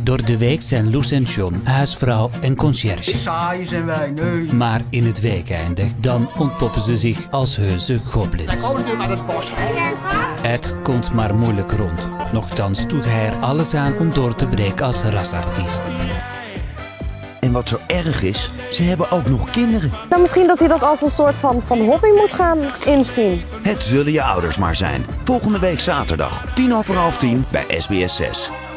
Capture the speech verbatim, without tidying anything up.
Door de week zijn Loes en John huisvrouw en conciërge. Saai zijn wij, nee. Maar in het weekende, dan ontpoppen ze zich als heuse goblins. Wij komen natuurlijk uit het bos. Ed komt maar moeilijk rond. Nochtans doet hij er alles aan om door te breken als rasartiest. En wat zo erg is, ze hebben ook nog kinderen. Nou, misschien dat hij dat als een soort van, van hobby moet gaan inzien. Het zullen je ouders maar zijn. Volgende week zaterdag, tien over half tien bij S B S zes.